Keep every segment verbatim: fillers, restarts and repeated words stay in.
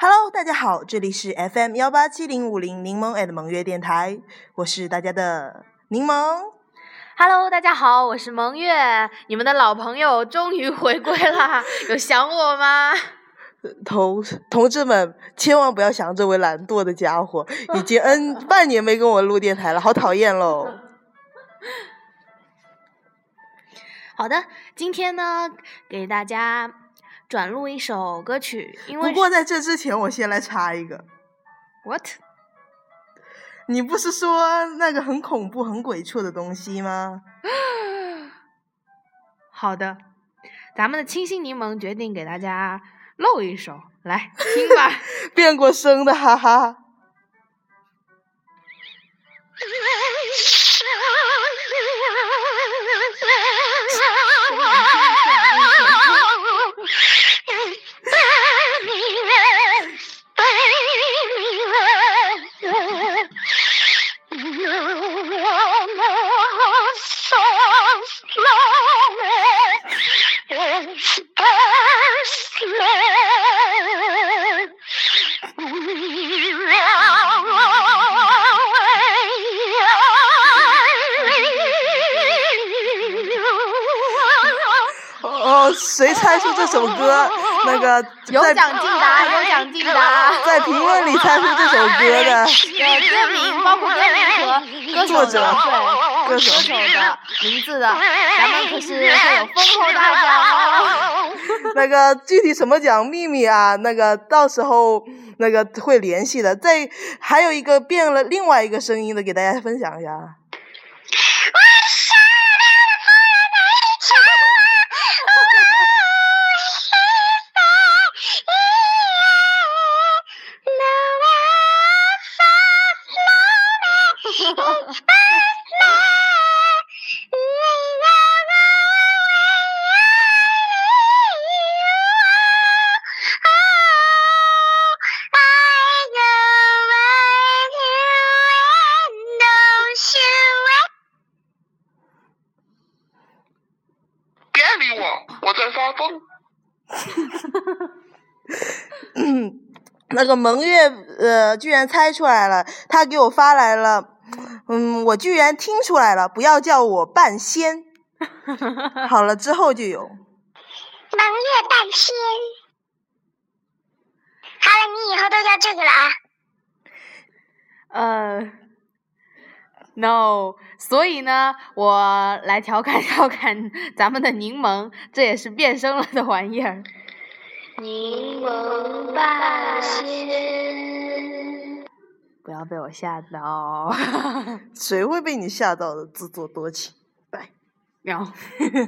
Hello， 大家好，这里是 F M 幺八七零五零柠檬 at 萌月电台，我是大家的柠檬。 Hello， 大家好，我是萌月，你们的老朋友终于回归啦，有想我吗？ 同同志们，千万不要想这位懒惰的家伙，已经 N 半年没跟我录电台了，好讨厌喽。 好的，今天呢，给大家转录一首歌曲，因为不过在这之前，我先来插一个。 What？ 你不是说那个很恐怖、很鬼畜的东西吗？ 好的，咱们的清新柠檬决定给大家露一首，来听吧。 变过声的，哈哈。哦，谁猜出这首歌？那个有奖竞答，有奖竞答， 在评论里猜出这首歌的有歌名，包括歌名和歌手的对歌手的名字的，咱们可是会有丰厚大奖哦。 那个具体什么奖秘密啊？那个到时候那个会联系的。再还有一个变了另外一个声音的，给大家分享一下。 我在发疯。 那个萌月呃，居然猜出来了，他给我发来了，嗯，我居然听出来了，不要叫我半仙。好了，之后就有。萌月半仙。好了，你以后都叫这个了啊。 呃。No， 所以呢，我来调侃调侃咱们的柠檬，这也是变声了的玩意儿。 柠檬半仙， 不要被我吓到。 谁会被你吓到的？自作多情。来， 然后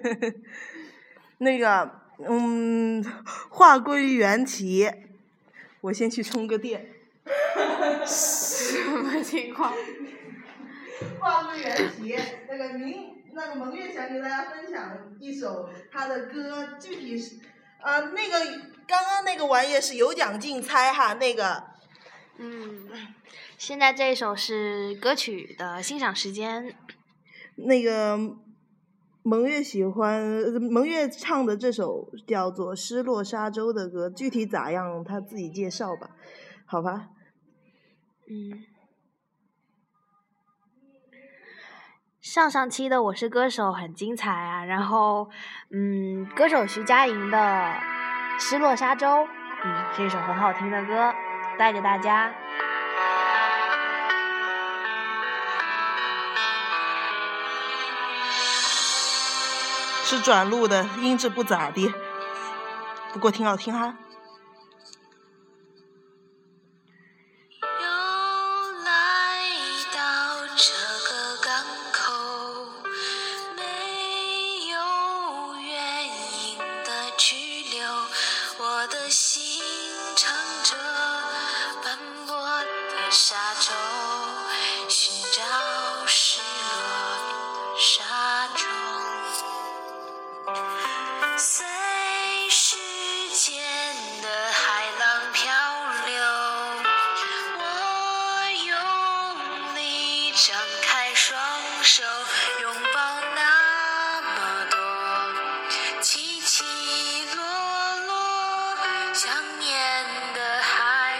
那个，嗯，话归原题，我先去充个电。 什么情况？ 话归原题，那个您那个萌月想给大家分享一首他的歌，具体是呃那个刚刚那个玩意儿是有奖竞猜哈，那个嗯，现在这一首是歌曲的欣赏时间。 那个萌月喜欢萌月唱的这首叫做《失落沙洲》的歌，具体咋样他自己介绍吧，好吧？ 嗯。上上期的《我是歌手》很精彩啊，然后，嗯，歌手徐佳莹的《失落沙洲》，嗯，是一首很好听的歌，带给大家。 是转录的，音质不咋地，不过挺好听哈。 沙洲，寻找失落的沙洲，随时间的海浪漂流，我用力张开双手，拥抱那么多起起落落，想念的海。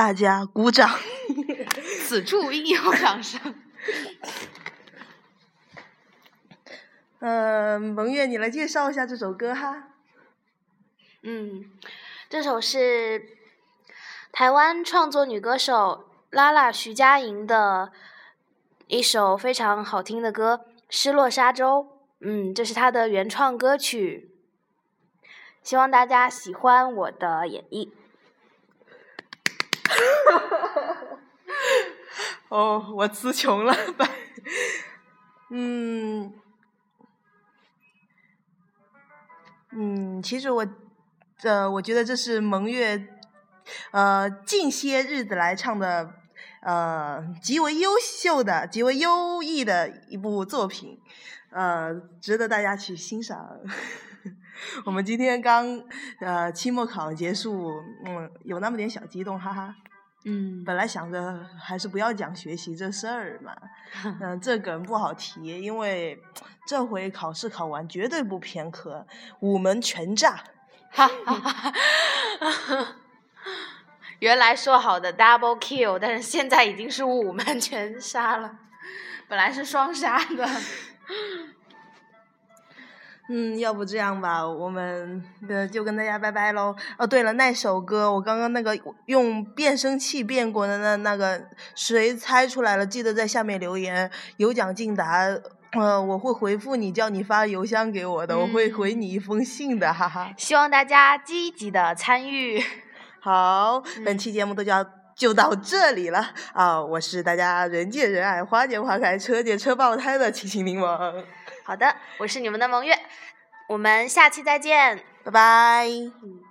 大家鼓掌。 此处应有掌声。 呃，蒙月，你来介绍一下这首歌哈。 嗯，这首是台湾创作女歌手拉拉徐佳莹的一首非常好听的歌《失落沙洲》。嗯，这是她的原创歌曲，希望大家喜欢我的演绎。 哦，我词穷了吧？嗯嗯，其实我呃，我觉得这是蒙月呃近些日子来唱的呃极为优秀的、极为优异的一部作品，呃，值得大家去欣赏。我们今天刚呃期末考结束，嗯，有那么点小激动，哈哈。 嗯， 本来想着还是不要讲学习这事儿嘛，嗯、呃，这梗不好提，因为这回考试考完绝对不偏科，五门全炸。 哈哈哈哈！原来说好的 double kill， 但是现在已经是五门全杀了，本来是双杀的。 嗯，要不这样吧，我们呃就跟大家拜拜喽。哦，对了，那首歌我刚刚那个用变声器变过的那那个，谁猜出来了？记得在下面留言，有奖竞答。呃，我会回复你，叫你发邮箱给我的，嗯、我会回你一封信的，哈哈。 希望大家积极的参与。 好，本期节目都就要就到这里了啊！我是大家人见人爱、花见花开、车见车爆胎的清新柠檬。 好的，我是你们的蒙月，我们下期再见， 拜拜。